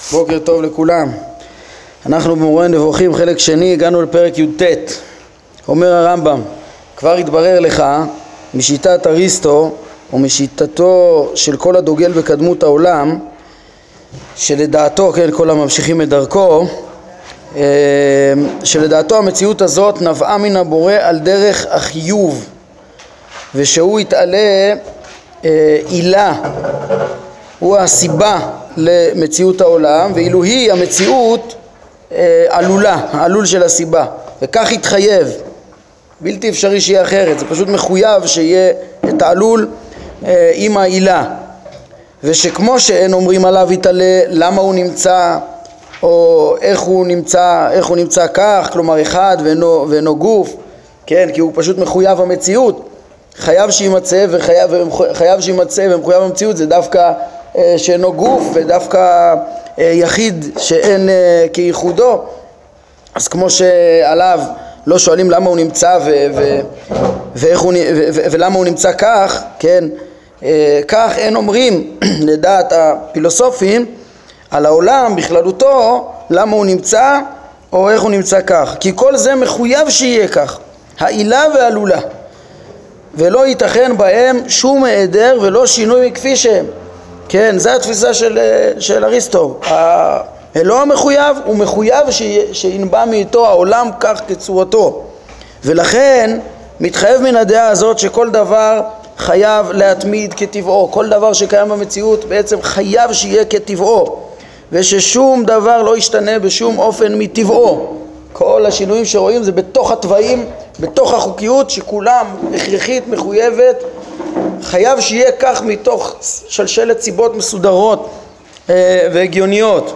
בוקר טוב לכולם. אנחנו במורה נבוכים חלק שני, הגענו לפרק י"ט. אומר הרמב"ם, כבר התברר לך משיטת אריסטו ומשיטתו של כל הדוגל בקדמות העולם, שלדעתו, כן, כל הממשיכים את דרכו, שלדעתו המציאות הזאת נבעה מן הבורא על דרך החיוב, ושהוא יתעלה עילה, הוא הסיבה למציאות העולם, ואילו היא המציאות עלולה, העלול של הסיבה, וכך יתחייב, בלתי אפשרי שיהיה אחרת, זה פשוט מחויב שיהיה את העלול עם העילה, ושכמו שאין אומרים עליו יתעלה למה הוא נמצא או איך הוא נמצא כך, כלומר אחד ואינו גוף, כן, כי הוא פשוט מחויב המציאות, חייב שימצא ומחויב המציאות, זה דווקא שאינו גוף ודווקא יחיד שאין כייחודו. אז כמו שעליו לא שואלים למה הוא נמצא ולמה הוא נמצא כך, כן, כך אין אומרים לדעת הפילוסופים על העולם בכללותו למה הוא נמצא או איך הוא נמצא כך, כי כל זה מחויב שיהיה כך, העילה והעלולה, ולא ייתכן בהם שום היעדר ולא שינוי מכפי שהם. כן, זו התפיסה של אריסטו. לא המחויב, הוא מחויב שינבע מאיתו העולם כך כצורתו, ולכן מתחייב מן הדעה הזאת שכל דבר חייב להתמיד כטבעו, כל דבר שקיים במציאות בעצם חייב שיהיה כטבעו, וששום דבר לא ישתנה בשום אופן מטבעו. כל השינויים שרואים זה בתוך הטבעים, בתוך החוקיות שכולם הכרחית, מחויבת, חייב שיהיה כך מתוך שלשלת סיבות מסודרות והגיוניות.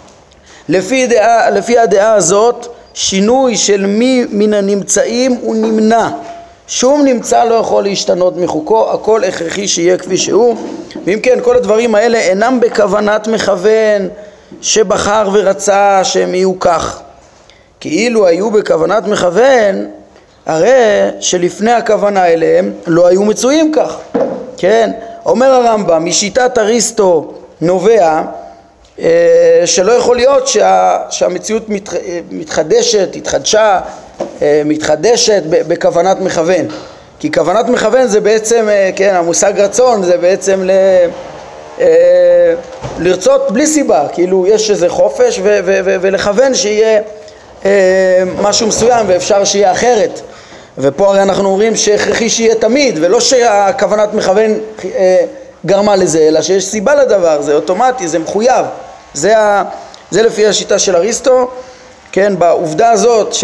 לפי הדעה הזאת, שינוי של מי מן הנמצאים הוא נמנע. שום נמצא לא יכול להשתנות מחוקו, הכל הכרחי שיהיה כפי שהוא. ואם כן, כל הדברים האלה אינם בכוונת מכוון שבחר ורצה שהם יהיו כך. כאילו היו בכוונת מכוון, הרי שלפני הכוונה אליהם לא היו מצויים כך. כן, אומר הרמב"ם, משיטת אריסטו נובע שלא יכול להיות שהמציאות מתחדשת בכוונת מכוון, כי כוונת מכוון זה בעצם, כן, המושג רצון זה בעצם לרצות בלי סיבה, כאילו יש איזה חופש ולכוון שיהיה משהו מסוים ואפשר שיהיה אחרת. ופה הרי אנחנו אומרים שהכרחי שיהיה תמיד, ולא שהכוונת מכוון גרמה לזה, אלא שיש סיבה לדבר, זה אוטומטי, זה מחויב. זה לפי השיטה של אריסטו, כן, בעובדה הזאת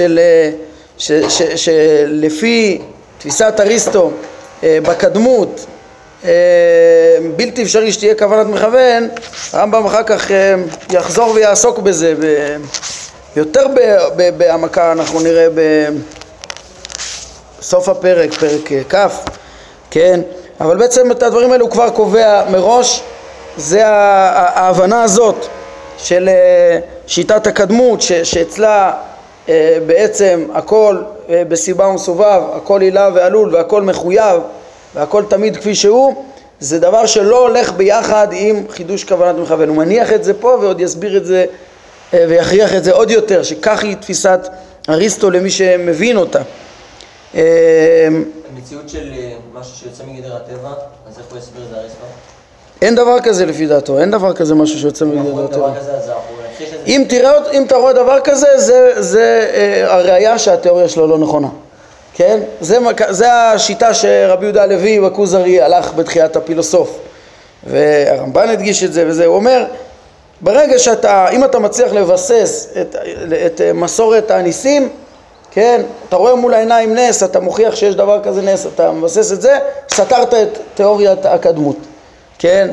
שלפי תפיסת אריסטו בקדמות בלתי אפשרי שתהיה כוונת מכוון, הרמב"ם אחר כך יחזור ויעסוק בזה יותר בהעמקה, אנחנו נראה בסוף הפרק, פרק כ', כן, אבל בעצם את הדברים האלו הוא כבר קובע מראש. זה ההבנה הזאת של שיטת הקדמות שאצלה בעצם הכל בסיבה ומסובב, הכל עילה ועלול והכל מחויב והכל תמיד כפי שהוא, זה דבר שלא הולך ביחד עם חידוש כוונת מכוון. הוא מניח את זה פה ועוד יסביר את זה ויכריח את זה עוד יותר, שכך היא תפיסת אריסטו למי שמבין אותה. המציאות של משהו שיוצא מגדר הטבע, אז איך הוא יסביר את זה אריסטו? אין דבר כזה לפי דעתו, אין דבר כזה משהו שיוצא מגדר הטבע. אם אתה רואה דבר כזה, זה הראיה שהתיאוריה שלו לא נכונה. כן? זה השיטה שרבי יהודה הלוי בכוזרי הלך בתחיית הפילוסוף. והרמב"ן הדגיש את זה, וזה הוא אומר, ברגע אם אתה מצליח לבסס את מסורת הניסים, כן, אתה רואה מול העיניים נס, אתה מוכיח שיש דבר כזה נס, אתה מבסס את זה, סתרת את תיאוריית הקדמות, כן,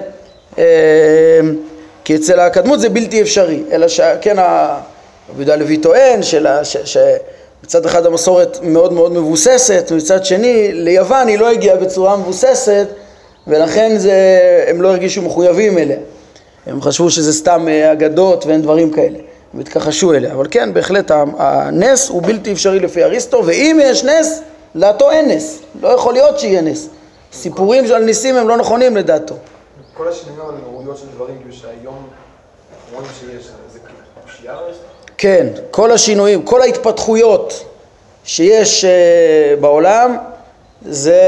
כי אצל הקדמות זה בלתי אפשרי, אלא כן, רבי יהודה הלוי טוען שמצד אחד המסורת מאוד מאוד מבוססת, מצד שני ליוון היא לא הגיעה בצורה מבוססת, ולכן הם לא הרגישו מחויבים אליה, הם חשבו שזה סתם אגדות ואין דברים כאלה, הם התכחשו אליה. אבל כן, בהחלט הנס הוא בלתי אפשרי לפי אריסטו, ואם יש נס, לדעתו אין נס, לא יכול להיות שיהיה נס. סיפורים על ניסים הם לא נכונים לדעתו. כל השינויים הנאוריות של דברים, כאילו שהיום רואים שיש איזה קושייה? כן, כל השינויים, כל ההתפתחויות שיש בעולם זה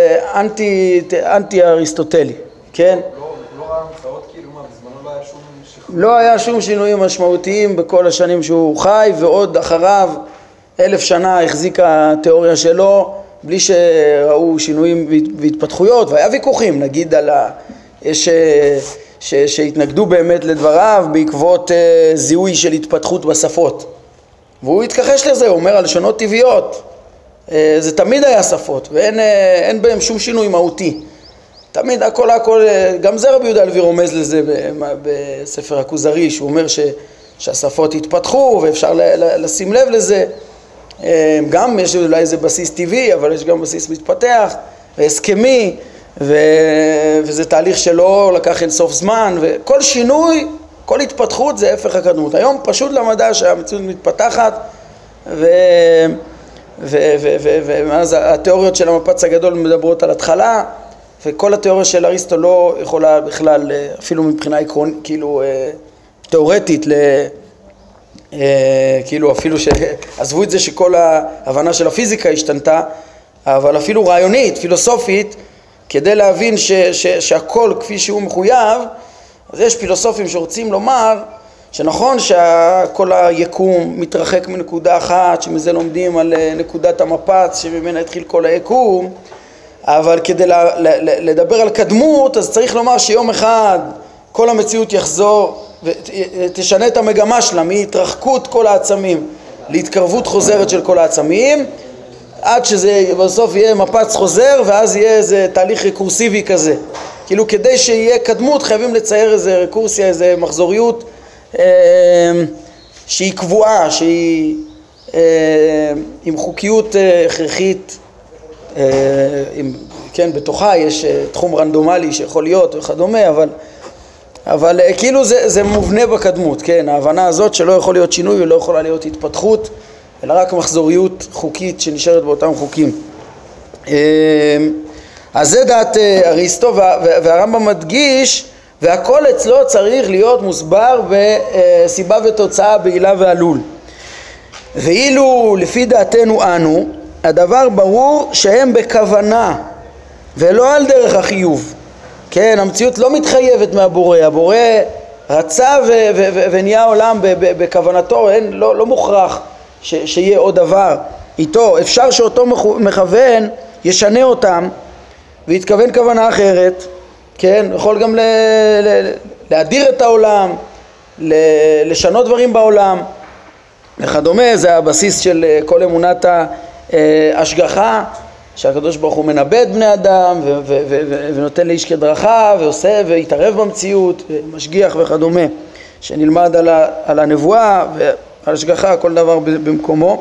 אנטי אריסטוטלי, כן? לא ראה המצאות כאילו מה, בזמנו לא היה שום שינוי? לא היה שום שינויים משמעותיים בכל השנים שהוא חי, ועוד אחריו 1000 שנה החזיקה התיאוריה שלו בלי שראו שינויים והתפתחויות, והיה ויכוחים, נגיד על יש שהתנגדו באמת לדבריו בעקבות זיהוי של התפתחות בשפות, והוא התכחש לזה, הוא אומר הלשונות טבעיות, זה תמיד היה שפות ואין בהם שום שינוי מהותי, תמיד הכל, גם זה רבי יהודה הלוי רומז לזה בספר הכוזרי, שהוא אומר שהשפות התפתחו ואפשר לשים לב לזה, גם יש אולי איזה בסיס טבעי, אבל יש גם בסיס מתפתח והסכמי, וזה תהליך שלא לקח אין סוף זמן, וכל שינוי, כל התפתחות זה הפך הקדמות. היום פשוט למדע שהמציאות מתפתחת, ואז התיאוריות של המפץ הגדול מדברות על התחלה, וכל התיאוריה של אריסטו לא יכולה בכלל, אפילו מבחינה עקרונית, כאילו תיאורטית, כאילו אפילו שעזבו את זה שכל ההבנה של הפיזיקה השתנתה, אבל אפילו רעיונית, פילוסופית, כדי להבין שהכל כפי שהוא מחויב, אז יש פילוסופים שרוצים לומר שנכון שכל היקום מתרחק מנקודה אחת, שמזה לומדים על נקודת המפץ שממנה התחיל כל היקום, אבל כדי לדבר על קדמות אז צריך לומר שיום אחד כל המציאות יחזור ותשנה את המגמה שלה מהתרחקות כל העצמים להתקרבות חוזרת של כל העצמים, עד שזה בסוף יהיה מפץ חוזר, ואז יהיה איזה תהליך רקורסיבי כזה. כאילו כדי שיהיה קדמות חייבים לצייר איזה רקורסיה, איזה מחזוריות שהיא קבועה, שהיא עם חוקיות הכרחית, כן, בתוכה יש תחום רנדומלי שיכול להיות וכדומה, אבל כאילו זה מובנה בקדמות, כן, ההבנה הזאת שלא יכול להיות שינוי ולא יכולה להיות התפתחות, אלא רק מחזוריות חוקית שנשארת באותם חוקים. אז זה דעת אריסטו, והרמב"ם מדגיש, והכל אצלו צריך להיות מוסבר בסיבה ותוצאה, בעילה ועלול. ואילו לפי דעתנו אנו, הדבר ברור שהם בכוונה ולא על דרך החיוב. כן, המציאות לא מתחייבת מהבורא, הבורא רצה ונהיה עולם בכוונתו, לא מוכרח שיהיה עוד דבר איתו, אפשר שאותו מכוון ישנה אותם ויתכוון כוונה אחרת, כן, יכול גם להדיר את העולם, לשנות דברים בעולם וכדומה. זה הבסיס של כל אמונת ההשגחה, שהקדוש ברוך הוא מנבא את בני אדם ונותן לאיש כדרכה ועושה והתערב במציאות ומשגיח וכדומה, שנלמד על הנבואה ועל השגחה, כל דבר במקומו.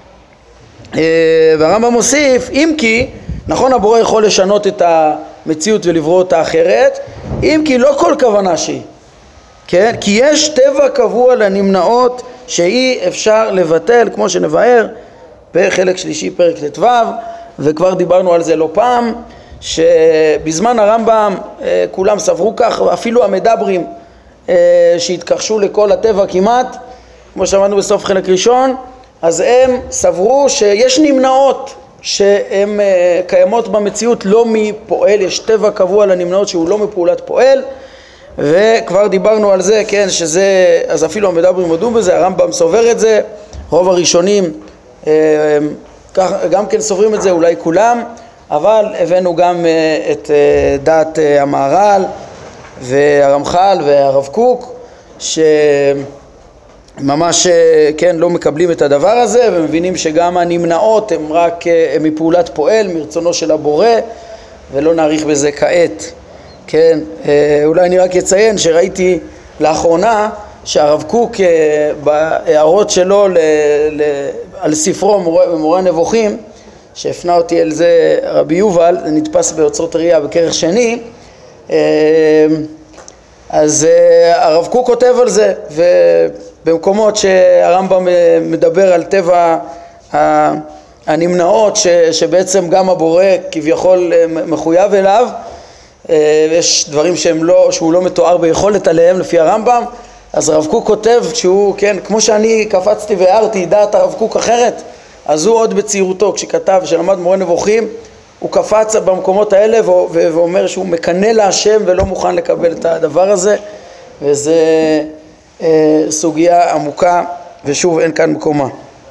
והרמב"ם מוסיף, אם כי נכון הבורא יכול לשנות את המציאות ולברוא אותה אחרת, אם כי לא כל כוונה שהיא, כן? כי יש טבע קבוע לנמנעות שאי אפשר לבטל, כמו שנבהר בחלק שלישי פרק ט"ו, וכבר דיברנו על זה לא פעם, שבזמן הרמב"ם כולם סברו כך, אפילו המדברים שהתכחשו לכל הטבע כמעט, כמו שאמרנו בסוף חלק ראשון, אז הם סברו שיש נמנעות שהן קיימות במציאות לא מפועל, יש טבע קבוע לנמנעות שהוא לא מפעולת פועל, וכבר דיברנו על זה, כן, שזה, אז אפילו המדברים הודו בזה, הרמב"ם סובר את זה, רוב הראשונים גם כן סוברים את זה, אולי כולם, אבל הבאנו גם את דעת המהר"ל והרמח"ל והרב קוק, שממש כן לא מקבלים את הדבר הזה ומבינים שגם הנמנעות הם רק מפעולת פועל, מרצונו של הבורא, ולא נאריך בזה כעת. כן, אולי אני רק אציין שראיתי לאחרונה שהרב קוק בהערות שלו על ספרו מורה הנבוכים, שהפנה אותי אל זה רבי יובל, זה נתפס באוצרות ראייה בכרך שני, אז הרב קוק כותב על זה, ובמקומות שהרמב"ם מדבר על טבע הנמנעות שבעצם גם הבורא כביכול מחויב אליו, יש דברים שהוא לא מתואר ביכולת עליהם לפי הרמב"ם, אז הרב קוק כותב שהוא, כן, כמו שאני קפצתי והערתי דעת הרב קוק אחרת, אז הוא עוד בצעירותו, כשכתב, שלמד מורה נבוכים, הוא קפץ במקומות האלה ואומר שהוא מקנא להשם ולא מוכן לקבל את הדבר הזה, וזה סוגיה עמוקה, ושוב אין כאן מקומה.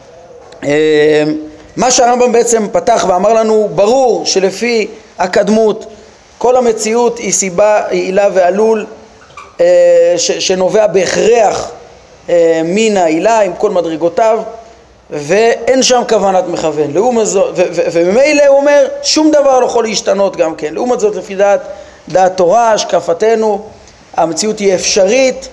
מה שהרמב"ם בעצם פתח ואמר לנו, ברור שלפי הקדמות כל המציאות היא סיבה, עילה ועלול, שנובע בהכרח מן העילה עם כל מדרגותיו, ואין שם כוונת מכוון. וממילא הוא אומר שום דבר לא יכול להשתנות גם כן. לעומת זאת, לפי דעת תורה, השקפתנו, המציאות היא אפשרית,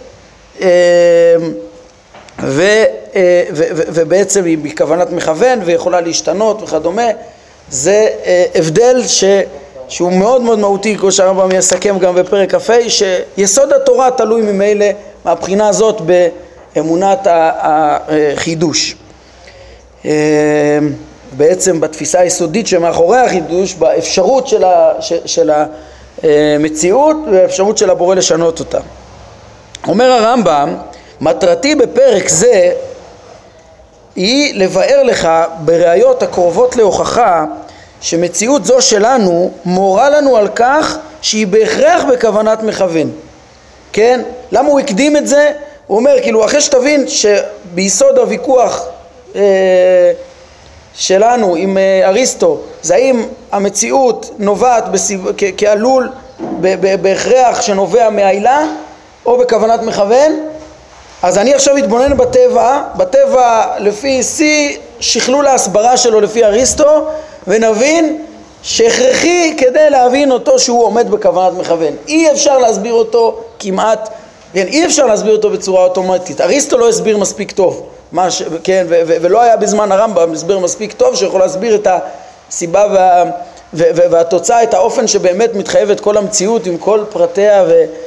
ובעצם היא בכוונת מכוון ויכולה להשתנות וכדומה. זה הבדל שהוא מאוד מאוד מהותי, כמו שהרמב"ם יסכם גם בפרק כ"ה, שיסוד התורה תלוי ממילא מהבחינה הזאת באמונת החידוש. בעצם בתפיסה היסודית שמאחורי החידוש, באפשרות של המציאות והאפשרות של הבורא לשנות אותה. אומר הרמב"ם, מטרתי בפרק זה היא לבאר לך בראיות הקרובות להוכחה שמציאות זו שלנו מורה לנו על כך שהיא בהכרח בכוונת מכוון. כן? למה הוא הקדים את זה? הוא אומר, כאילו, אחרי שתבין שביסוד הוויכוח שלנו עם אריסטו, זה האם המציאות נובעת כעלול בהכרח שנובע מהעילה או בכוונת מכוון, אז אני עכשיו אתבונן בטבע לפי שכלול ההסברה שלו לפי אריסטו, ונבין שהכרחי כדי להבין אותו שהוא עומד בכוונת מכוון. אי אפשר להסביר אותו כמעט, כן, אי אפשר להסביר אותו בצורה אוטומטית. אריסטו לא הסביר מספיק טוב, כן, ולא היה בזמן הרמב"ם הסביר מספיק טוב שיכול להסביר את הסיבה והתוצאה, את האופן שבאמת מתחייבת כל המציאות עם כל פרטיה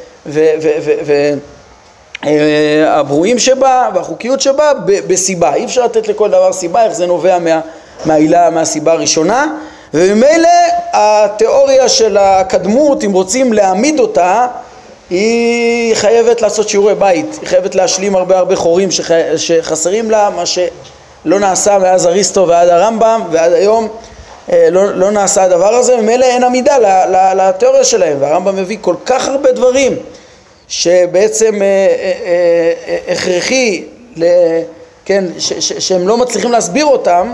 והברואים שבה והחוקיות שבה בסיבה. אי אפשר לתת לכל דבר סיבה, איך זה נובע מהעילה, מהסיבה הראשונה, וממילא התיאוריה של הקדמות, אם רוצים להעמיד אותה, היא חייבת לעשות שיעורי בית, היא חייבת להשלים הרבה חורים שחסרים לה, מה שלא נעשה מאז אריסטו ועד הרמב"ם ועד היום, לא נעשה הדבר הזה, וממילא אין עמידה לתיאוריה שלהם. והרמב"ם מביא כל כך הרבה דברים שבעצם הכרחי, כן, שהם לא מצליחים להסביר אותם,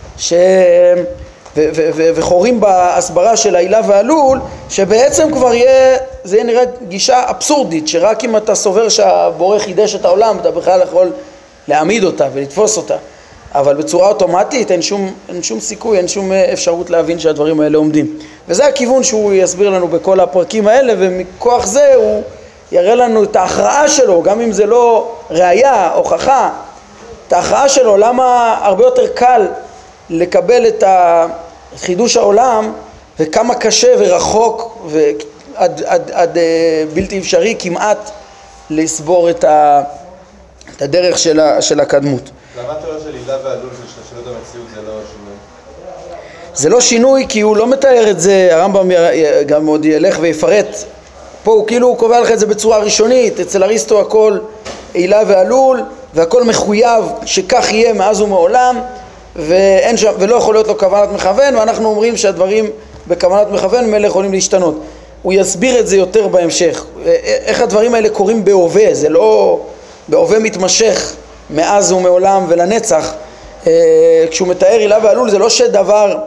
וחורים בהסברה של העילה והעלול, שבעצם כבר זה נראה גישה אבסורדית, שרק אם אתה סובר שהבורא חידש את העולם, אתה בכלל יכול להעמיד אותה ולתפוס אותה. אבל בצורה אוטומטית אין שום סיכוי, אין שום אפשרות להבין שהדברים האלה עומדים. וזה הכיוון שהוא יסביר לנו בכל הפרקים האלה, ומכוח זה הוא יראה לנו את ההכרעה שלו, גם אם זה לא ראייה, הוכחה, את ההכרעה שלו, למה הרבה יותר קל לקבל את חידוש העולם, וכמה קשה ורחוק ועד בלתי אפשרי כמעט לסבור את הדרך של הקדמות. למה התיאוריה של עילה ועלול של השתלשלות המציאות זה לא שינוי? זה לא שינוי כי הוא לא מתאר את זה, הרמב"ם גם עוד ילך ויפרט. פה הוא כאילו הוא קובע לך את זה בצורה ראשונית, אצל אריסטו הכל עילה ועלול, והכל מחויב שכך יהיה מאז ומעולם, ואין שם, ולא יכול להיות לו כוונת מכוון, ואנחנו אומרים שהדברים בכוונת מכוון ממילא יכולים להשתנות. הוא יסביר את זה יותר בהמשך, איך הדברים האלה קורים בהווה, זה לא בהווה מתמשך מאז ומעולם ולנצח. כשהוא מתאר עילה ועלול, זה לא שדבר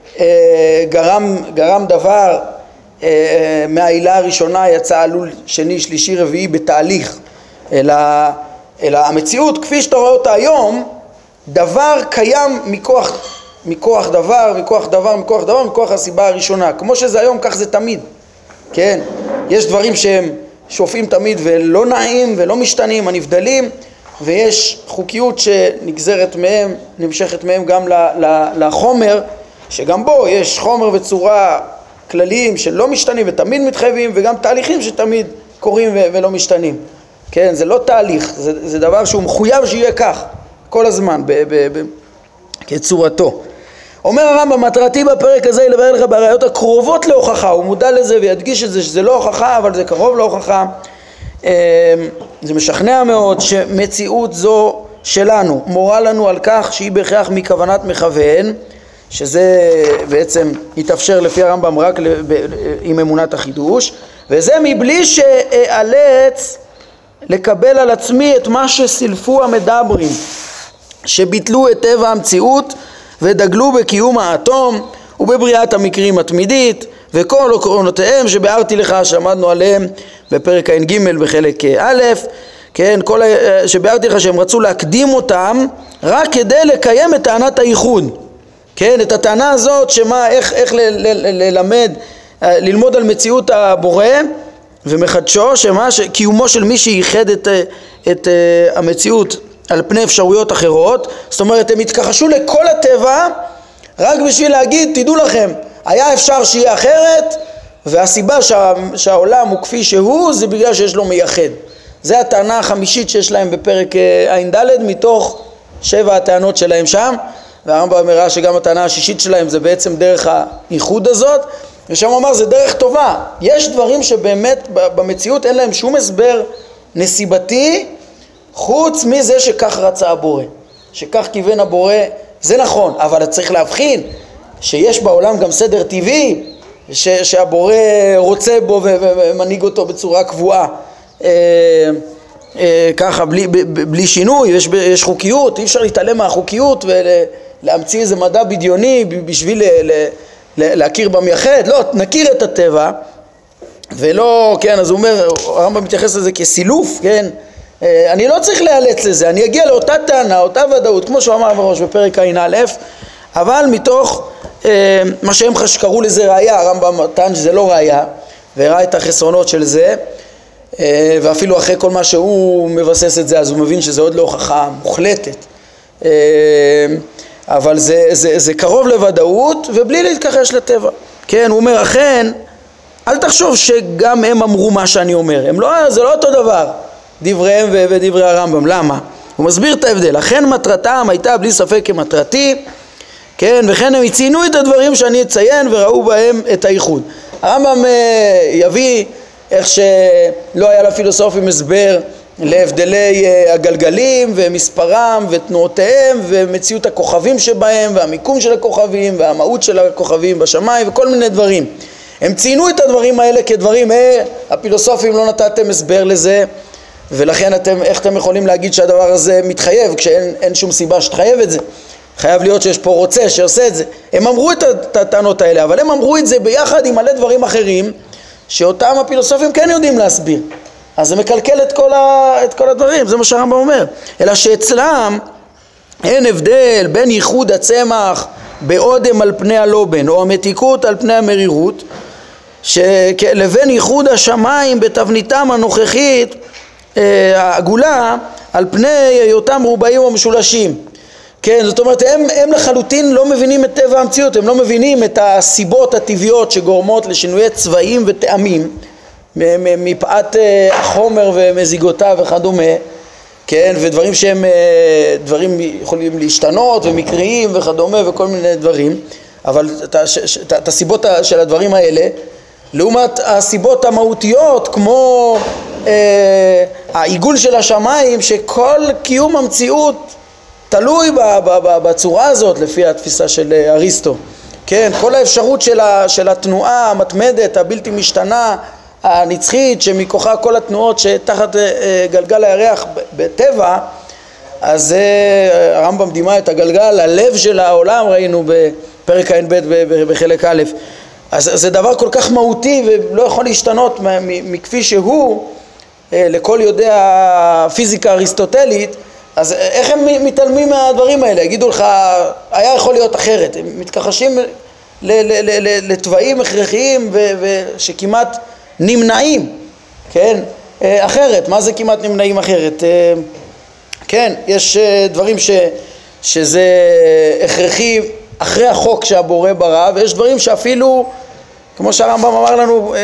גרם דבר מהעילה הראשונה יצא עלול שני, שלישי, רביעי בתהליך, אלא המציאות כפי שאתה רואה אותה היום, דבר קיים מכוח דבר, מכוח הסיבה הראשונה. כמו שזה היום, כך זה תמיד. כן? יש דברים שהם שופעים תמיד ולא נעים ולא משתנים, הנבדלים, ויש חוקיות שנגזרת מהם, נמשכת מהם גם לחומר, שגם בו יש חומר וצורה כלליים שלא משתנים ותמיד מתחייבים, וגם תהליכים שתמיד קורים ולא משתנים. כן? זה לא תהליך, זה דבר שהוא מחויב שיהיה כך. כל הזמן, כצורתו. אומר הרמב"ם, מטרתי בפרק הזה היא לבאר לך בראיות הקרובות להוכחה, הוא מודע לזה וידגיש את זה שזה לא הוכחה, אבל זה קרוב להוכחה, זה משכנע מאוד שמציאות זו שלנו מורה לנו על כך שהיא בהכרח מכוונת מכוון, שזה בעצם יתאפשר לפי הרמב"ם רק עם אמונת החידוש, וזה מבלי שאלץ לקבל על עצמי את מה שסילפו המדברים, שביטלו את טבע המציאות ודגלו בקיום האטום ובבריאת המקרים התמידית וכל עקרונותיהם שביארתי לך, שעמדנו עליהם בפרק ע"ג בחלק א', כן, שביארתי לך שהם רצו להקדים אותם רק כדי לקיים את טענת הייחוד, כן, את הטענה הזאת שמה, איך ללמוד על מציאות הבורא ומחדשו, קיומו של מי שייחד את המציאות על פני אפשרויות אחרות. זאת אומרת, הם התכחשו לכל הטבע רק בשביל להגיד, תדעו לכם, היה אפשר שיהיה אחרת, והסיבה שהעולם הוא כפי שהוא זה בגלל שיש לו מייחד. זה הטענה החמישית שיש להם בפרק ע"ד מתוך 7 הטענות שלהם שם, והרמב"ם הראה שגם הטענה השישית שלהם זה בעצם דרך הייחוד הזאת, ושם הוא אמר זה דרך טובה. יש דברים שבאמת במציאות אין להם שום הסבר נסיבתי חוץ מזה שכך רצה הבורא, שכך כיוון הבורא, זה נכון, אבל צריך להבחין שיש בעולם גם סדר טבעי שהבורא רוצה בו ומנהיג אותו בצורה קבועה, ככה בלי שינוי. יש חוקיות, אי אפשר להתעלם מהחוקיות ולהמציא איזה מדע בדיוני בשביל להכיר במייחד. לא, נכיר את הטבע ולא, כן, אז הוא אומר, הרמב"ם מתייחס לזה כסילוף, כן, אני לא צריך להיאלץ לזה, אני אגיע לאותה טענה, אותה ודאות, כמו שהוא אמר בראש בפרק ע"א, אבל מתוך מה שהם קראו לזה ראיה, הרמב"ם טען שזה לא ראיה, והראה את החסרונות של זה, ואפילו אחרי כל מה שהוא מבסס את זה, אז הוא מבין שזה עוד לא הוכחה מוחלטת, אבל זה קרוב לוודאות ובלי להתכחש לטבע. כן, הוא אומר, אכן, אל תחשוב שגם הם אמרו מה שאני אומר, זה לא אותו דבר, דבריהם ודברי הרמב"ם. למה? הוא מסביר את ההבדל. אכן מטרתם הייתה בלי ספק כמטרתי, כן, וכן הם ציינו את הדברים שאני אציין וראו בהם את הייחוד. הרמב"ם יביא איך שלא היה לפילוסופים הסבר להבדלי הגלגלים ומספרם ותנועותיהם ומציאות הכוכבים שבהם והמיקום של הכוכבים והמהות של הכוכבים בשמיים וכל מיני דברים. הם ציינו את הדברים האלה כדברים, הפילוסופים לא נתתם הסבר לזה, ולכן איך אתם יכולים להגיד שהדבר הזה מתחייב כשאין שום סיבה שתחייב את זה? חייב להיות שיש פה רוצה שעושה את זה. הם אמרו את הטענות האלה, אבל הם אמרו את זה ביחד עם מלא דברים אחרים שאותם הפילוסופים כן יודעים להסביר. אז זה מקלקל את כל הדברים, זה מה שהרמב"ם אומר. אלא שאצלם אין הבדל בין ייחוד הצמח באודם על פני הלובן או המתיקות על פני המרירות, לבין ייחוד השמיים בתבניתם הנוכחית העגולה על פני היותם רובעים או משולשים. כן, זאת אומרת, הם לחלוטין לא מבינים את טבע המציאות, הם לא מבינים את הסיבות הטבעיות שגורמות לשינויי צבעים וטעמים מפאת החומר ומזיגותיו וכדומה, כן, ודברים שהם דברים יכולים להשתנות ומקריים וכדומה וכל מיני דברים, אבל את הסיבות של הדברים האלה לעומת הסיבות המהותיות כמו העיגול של השמיים, שכל קיום המציאות תלוי בצורה הזאת לפי התפיסה של אריסטו. כן, כל האפשרות של התנועה המתמדת הבלתי משתנה הנצחית שמכוחה כל התנועות שתחת גלגל הירח בטבע, אז הרמב"ם דימה את הגלגל, הלב של העולם, ראינו בפרק ע"ב בחלק א'. אז זה דבר כל כך מהותי ולא יכול להשתנות מכפי שהוא לכל יודע הפיזיקה האריסטוטלית. אז איך הם מתעלמים מהדברים האלה? יגידו לך, היה יכול להיות אחרת. הם מתכחשים לטבעים הכרחיים שכמעט נמנעים, כן? אחרת. מה זה כמעט נמנעים אחרת? כן, יש דברים שזה הכרחי אחרי החוק שהבורא ברא, ויש דברים שאפילו, כמו שהרמב"ם אמר לנו,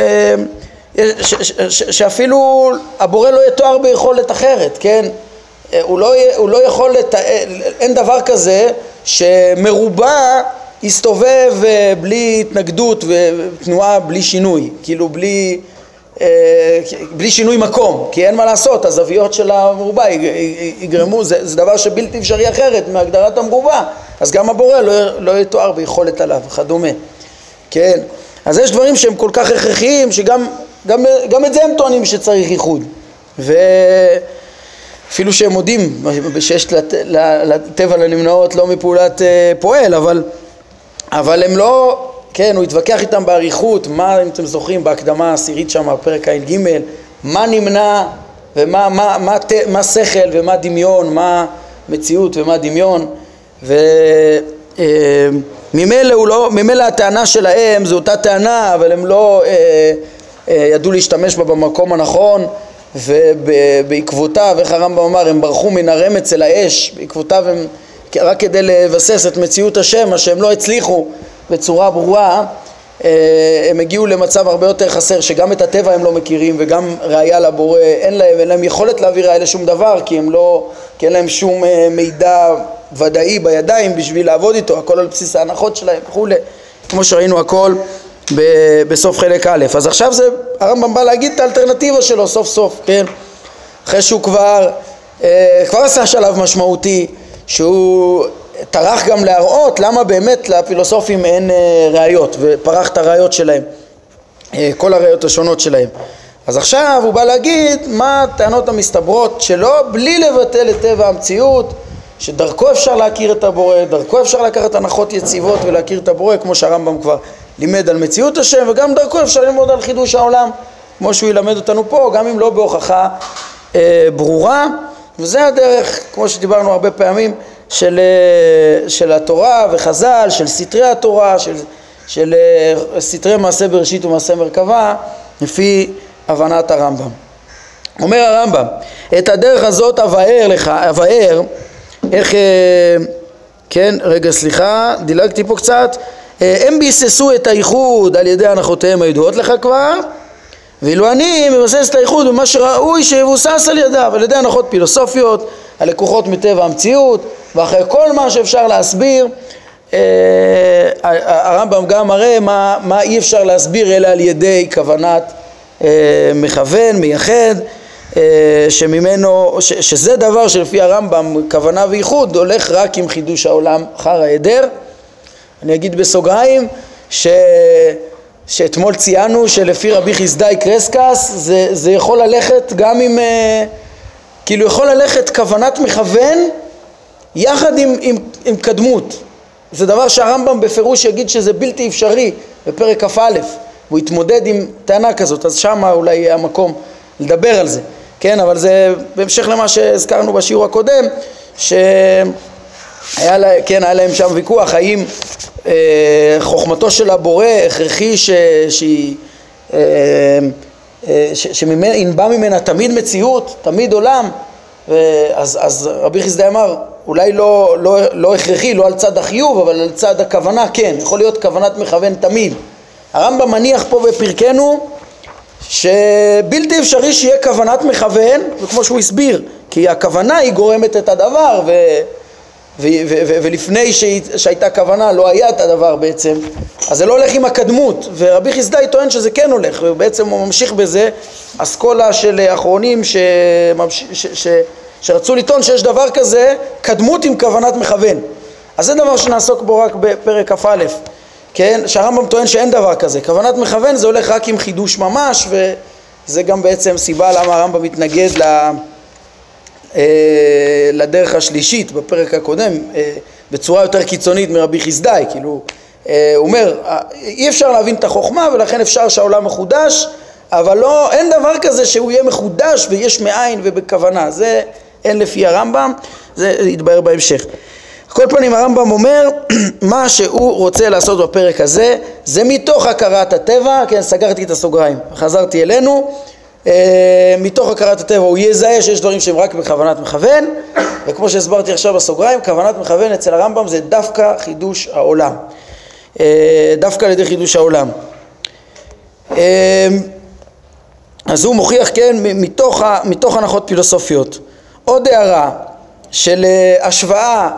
שאפילו הבורא לא יתואר ביכולת אחרת, כן? הוא לא יכול, אין דבר כזה שמרובע יסתובב בלי התנגדות ותנועה בלי שינוי, כאילו בלי בלי שינוי מקום, כי אין מה לעשות, הזוויות של המרובע יגרמו, זה דבר שבלתי אפשרי אחרת מהגדרת המרובע, אז גם הבורא לא יתואר ביכולת עליו וכדומה. כן, אז יש דברים שהם כל כך הכרחיים שגם את זה הם טוענים שצריך ייחוד, ואפילו שהם מודים שיש לטבע לנמנעות לא מפעולת פועל, אבל הם לא, כן, הוא התווכח איתם בעריכות, מה אם אתם זוכרים בהקדמה העשירית שם, פרק ע"ג, מה נמנע ומה שכל ומה דמיון, מה מציאות ומה דמיון, ממילא הטענה שלהם זו אותה טענה, אבל הם לא ידעו להשתמש בה במקום הנכון, ובעקבותיו, איך הרמב"ם אמר, הם ברחו מן הרמץ אל האש, בעקבותיו הם רק כדי לבסס את מציאות השם, מה שהם לא הצליחו בצורה ברורה, הם הגיעו למצב הרבה יותר חסר, שגם את הטבע הם לא מכירים, וגם ראייה לבורא אין להם יכולת להביא ראייה לשום דבר, כי אין להם שום מידע ודאי בידיים בשביל לעבוד איתו, הכל על בסיס ההנחות שלהם וכו', כמו שראינו הכל בסוף חלק א'. אז עכשיו הרמב"ם בא להגיד את האלטרנטיבה שלו סוף סוף, כן? אחרי שהוא כבר עשה שלב משמעותי, שהוא טרח גם להראות למה באמת לפילוסופים אין ראיות, ופרח את הראיות שלהם, כל הראיות השונות שלהם. אז עכשיו הוא בא להגיד מה הטענות המסתברות שלו, בלי לבטל את טבע המציאות, שדרכו אפשר להכיר את הבורא, דרכו אפשר לקחת הנחות יציבות ולהכיר את הבורא, כמו שהרמב"ם כבר לימד על מציאות השם, וגם דרכו אפשר ללמוד על חידוש העולם, כמו שהוא ילמד אותנו פה, גם אם לא בהוכחה ברורה. וזה הדרך, כמו שדיברנו הרבה פעמים, של התורה וחז"ל, של סתרי התורה, של סתרי מעשה בראשית ומעשה מרכבה, לפי הבנת הרמב"ם. אומר הרמב"ם, את הדרך הזאת אבאר, איך, כן, רגע סליחה, דילגתי פה קצת, הם ביססו את הייחוד על ידי הנחותיהם הידועות לך כבר, ואילו אני מבסס את הייחוד במה שראוי שיבוסס על ידיו, על ידי הנחות פילוסופיות, הלקוחות מטבע המציאות, ואחרי כל מה שאפשר להסביר, הרמב"ם גם מראה מה אי אפשר להסביר אלא על ידי כוונת מכוון, מייחד, שזה דבר שלפי הרמב"ם כוונה וייחוד הולך רק עם חידוש העולם אחר ההיעדר. אני אגיד בסוגריים שאתמול ציינו שלפי רבי חסדאי קרסקס זה יכול ללכת גם עם, כאילו יכול ללכת כוונת מכוון יחד עם קדמות. זה דבר שהרמב"ם בפירוש יגיד שזה בלתי אפשרי בפרק כ"א, והוא יתמודד עם טענה כזאת, אז שמה אולי יהיה המקום לדבר על זה, כן? אבל זה בהמשך למה שהזכרנו בשיעור הקודם, היה להם שם ויכוח האם חוכמתו של הבורא הכרחי שינבע ממנה תמיד מציאות, תמיד עולם, אז רבי חסדאי אמר אולי לא הכרחי, לא על צד החיוב, אבל על צד הכוונה כן, יכול להיות כוונת מכוון תמיד. הרמב"ם מניח פה בפרקנו שבלתי אפשרי שיהיה כוונת מכוון, וכמו שהוא הסביר, כי הכוונה היא גורמת את הדבר, ולפני שהייתה כוונה לא היה את הדבר בעצם, אז זה לא הולך עם הקדמות, ורבי חסדאי טוען שזה כן הולך, ובעצם הוא ממשיך בזה, אסכולה של האחרונים שרצו לטעון שיש דבר כזה, קדמות עם כוונת מכוון. אז זה דבר שנעסוק בו רק בפרק כ"א, כן? שהרמב"ם טוען שאין דבר כזה, כוונת מכוון זה הולך רק עם חידוש ממש, וזה גם בעצם סיבה למה הרמב"ם מתנגד לדרך השלישית בפרק הקודם בצורה יותר קיצונית מרבי חסדאי. כאילו הוא אומר אי אפשר להבין את החוכמה ולכן אפשר שהעולם מחודש, אבל אין דבר כזה שהוא יהיה מחודש ויש מאין ובכוונה, זה אין לפי הרמב"ם, זה יתבהר בהמשך. כל פנים הרמב"ם אומר מה שהוא רוצה לעשות בפרק הזה זה מתוך הכרת הטבע, כן, סגרתי את הסוגריים, חזרתי אלינו, מתוך הכרת הטבע הוא יזהה שיש דברים שהם רק בכוונת מכוון, וכמו שהסברתי עכשיו בסוגריים, כוונת מכוון אצל הרמב"ם זה דווקא חידוש העולם, דווקא על ידי חידוש העולם. אז הוא מוכיח, כן, מתוך הנחות פילוסופיות. עוד הערה של השוואה,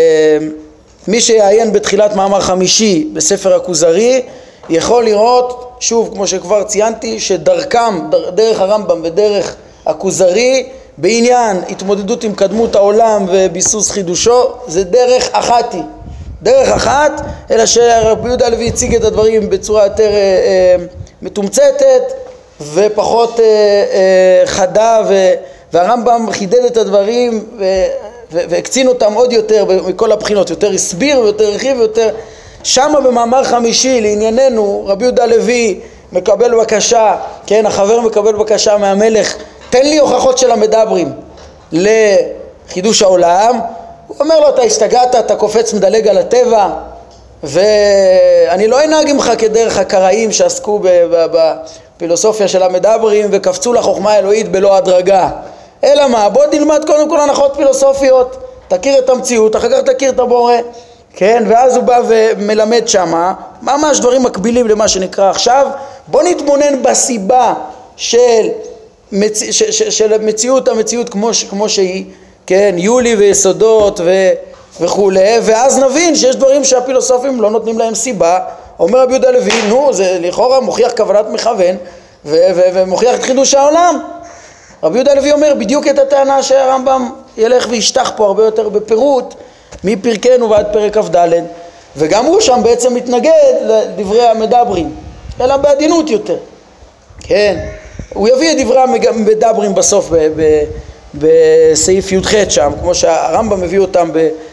מי שיעיין בתחילת מאמר חמישי בספר הכוזרי יכול לראות שוב, כמו שכבר ציינתי, שדרכם, דרך הרמב"ם ודרך הכוזרי, בעניין התמודדות עם קדמות העולם וביסוס חידושו, זה דרך אחת היא. דרך אחת, אלא שרבי יהודה הלוי הציג את הדברים בצורה יותר מתומצתת ופחות חדה, והרמב"ם חידד את הדברים והקצין אותם עוד יותר מכל הבחינות, יותר הסביר ויותר הרחיב ויותר. שמה במאמר חמישי לענייננו רבי יהודה הלוי מקבל בקשה, כן, החבר מקבל בקשה מהמלך, תן לי הוכחות של המדברים לחידוש העולם. הוא אומר לו, אתה השתגעת, אתה קופץ מדלג על הטבע, ואני לא אנהג ממך כדרך הקראים שעסקו בפילוסופיה של המדברים וקפצו לחוכמה האלוהית בלא הדרגה. אלא מה? בוא נלמד קודם כל הנחות פילוסופיות, תכיר את המציאות, אחר כך תכיר את הבורא, כן? ואז הוא בא ומלמד שמה ממש דברים מקבילים למה שנקרא עכשיו. בוא נתבונן בסיבה של מציאות, המציאות כמו שהיא, כן, יולי ויסודות וכו', ואז נבין שיש דברים שהפילוסופים לא נותנים להם סיבה. אומר רבי יהודה הלוי, נו, זה לכאורה מוכיח כוונת מכוון ומוכיח את חידוש העולם. רבי יהודה הלוי אומר בדיוק את הטענה שהרמב"ם ילך וישטח פה הרבה יותר בפירוט מפרקנו ועד פרק כ"ד, וגם הוא שם בעצם מתנגד לדברי המדברים, אלא בעדינות יותר, כן. הוא יביא את דברי המדברים בסוף בסעיף י"ח שם, כמו שהרמב"ם מביא אותם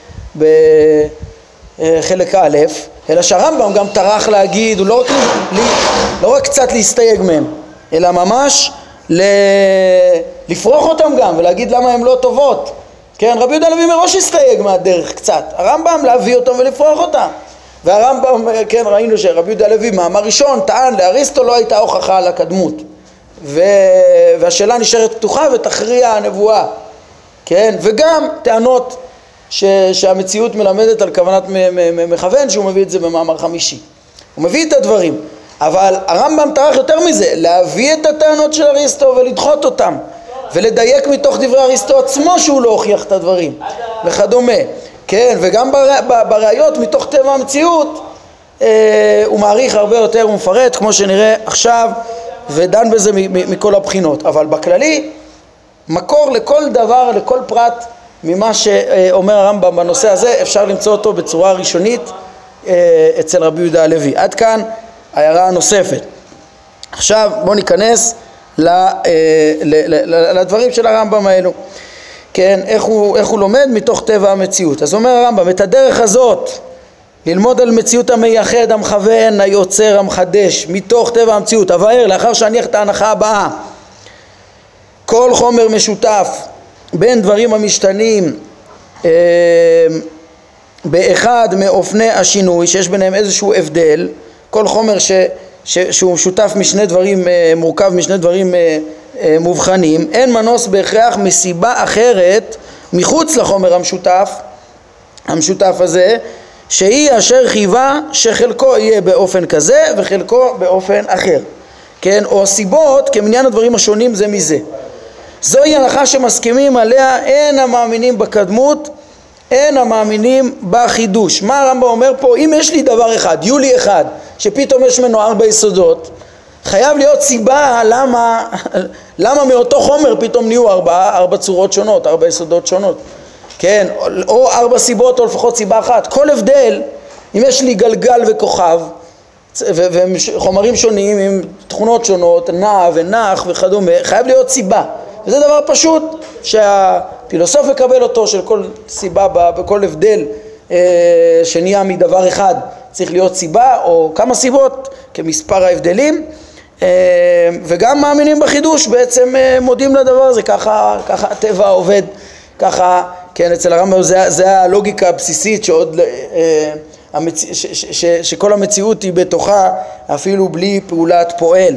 בחלק א', אלא שהרמב"ם גם טרח להגיד, הוא לא רק קצת להסתייג מהם, אלא ממש לפרוח אותם גם ולהגיד למה הם לא טובות. כן, רבי יהודה הלוי מראש הסתייג מהדרך קצת, הרמב"ם להביא אותם ולפרוח אותם. והרמב"ם, כן, ראינו שרבי יהודה הלוי מאמר ראשון טען לאריסטו לא הייתה הוכחה על הקדמות, והשאלה נשארת פתוחה ותכריע הנבואה, כן, וגם טענות שהמציאות מלמדת על כוונת מכוון, שהוא מביא את זה במאמר חמישי. הוא מביא את הדברים, אבל הרמב"ם טרח יותר מזה, להביא את הטענות של אריסטו ולדחות אותם, ולדייק מתוך דברי אריסטו עצמו שהוא לא הוכיח את הדברים וכדומה, כן, וגם בראיות מתוך טבע המציאות הוא מעריך הרבה יותר, הוא מפרט כמו שנראה עכשיו ודן בזה מכל הבחינות. אבל בכללי מקור לכל דבר, לכל פרט ממה שאומר הרמב"ם בנושא הזה אפשר למצוא אותו בצורה ראשונית אצל רבי יהודה הלוי. עד כאן הערה נוספת. עכשיו בואו ניכנס לדברים של הרמב"ם האלו, כן, איך הוא לומד מתוך טבע המציאות. אז אומר הרמב"ם, את הדרך הזאת ללמוד על מציאות המייחד, המכוון, היוצר, המחדש מתוך טבע המציאות, הבאר לאחר שהניח את ההנחה הבאה: כל חומר משותף בין דברים המשתנים באחד מאופני השינוי שיש ביניהם איזשהו הבדל, כל חומר שהוא משותף משני דברים, מורכב משני דברים מובחנים, אין מנוס בהכרח מסיבה אחרת מחוץ לחומר המשותף הזה, שהיא אשר חייבה שחלקו יהיה באופן כזה וחלקו באופן אחר, כן, או סיבות כמניין הדברים השונים זה מזה. זוהי הנחה שמסכימים עליה הן המאמינים בקדמות הן המאמינים בחידוש. מה הרמב"ם אומר פה? אם יש לי דבר אחד, יולי אחד, שפתאום יש ממנו 4 יסודות, חייב להיות סיבה למה מאותו חומר פתאום נהיו 4 צורות שונות, 4 יסודות שונות, כן, או 4 סיבות או לפחות סיבה אחת. כל הבדל, אם יש לי גלגל וכוכב וחומרים שונים עם תכונות שונות, נע ונח וכדומה, חייב להיות סיבה. וזה דבר פשוט שהפילוסוף יקבל אותו, של כל סיבה בכל הבדל שנהיה מדבר אחד צריך להיות סיבה או כמה סיבות כמספר ההבדלים. וגם מאמינים בחידוש בעצם מודים לדבר הזה, ככה הטבע עובד, ככה, כן, אצל הרמב"ם זה הלוגיקה הבסיסית שעוד שכל המציאות היא בתוכה אפילו בלי פעולת פועל.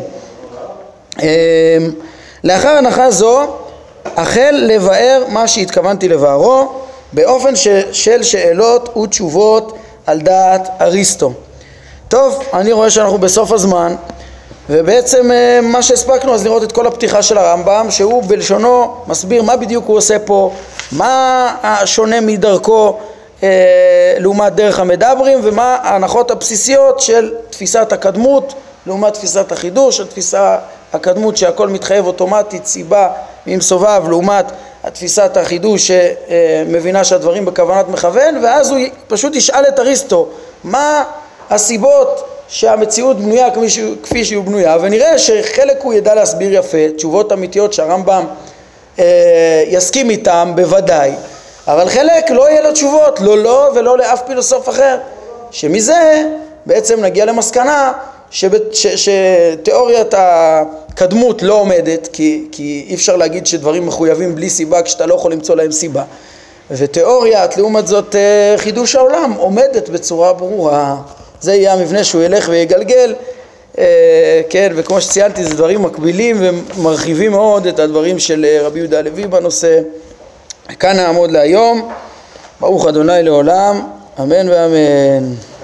לאחר הנחה זו החל לבאר מה שהתכוונתי לבארו באופן של שאלות ותשובות על דעת אריסטו. טוב, אני רואה שאנחנו בסוף הזמן, ובעצם מה שהספקנו אז לראות את כל הפתיחה של הרמב"ם, שהוא בלשונו מסביר מה בדיוק הוא עושה פה, מה השונה מדרכו לעומת דרך המדברים, ומה ההנחות הבסיסיות של תפיסת הקדמות לעומת תפיסת החידוש, התפיסה הקדמות שהכל מתחייב אוטומטית, סיבה עם סובב, לעומת התפיסת החידוש שמבינה שהדברים בכוונת מכוון, ואז הוא פשוט ישאל את אריסטו מה הסיבות שהמציאות בנויה כפי שהיא בנויה, ונראה שחלק הוא ידע להסביר יפה, תשובות אמיתיות שהרמב"ם יסכים איתם בוודאי, אבל חלק לא יהיה לו תשובות, לא ולא לאף פילוסוף אחר, שמזה בעצם נגיע למסקנה שתיאוריית הקדמות לא עומדת, כי אי אפשר להגיד שדברים מחויבים בלי סיבה כשאתה לא יכול למצוא להם סיבה, ותיאוריית לעומת זאת חידוש העולם עומדת בצורה ברורה. זה יהיה המבנה שהוא ילך ויגלגל, כן, וכמו שציינתי זה דברים מקבילים ומרחיבים מאוד את הדברים של רבי יהודה הלוי בנושא. כאן נעמוד להיום. ברוך ה' לעולם, אמן ואמן.